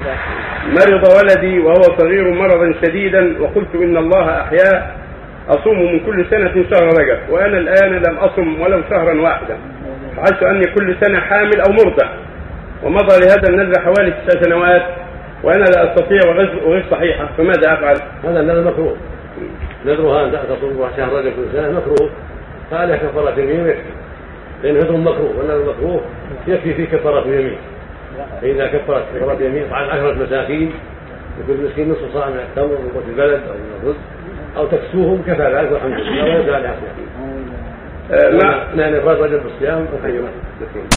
مرض ولدي وهو صغير مرضا شديدا، وقلت إن الله أحياه أصوم من كل سنة شهر رجب، وأنا الآن لم أصم ولو شهرا واحدا، حيث أني كل سنة حامل أو مرضع، ومضى لهذا النذر حوالي 9 سنوات، وأنا لا أستطيع وغير صحيحة، فماذا أفعل؟ هذا النذر مكروه، نذرها أن تصوم شهر رجب كل سنة مكروه، فعليها كفارة يمين يكفي، لأن نذر مكروه، والنذر مكروه يكفي فيه كفارة يمين. فإذا كفرت كفارة يمين طعام 10 مساكين، لكل مسكين نصف صاع من التمر من قوت البلد أو من الرز، أو تكسوهم، كفى ذلك والحمد لله، ولا يزال عليها صيام. نعم، إفراد رجب بالصيام وخير.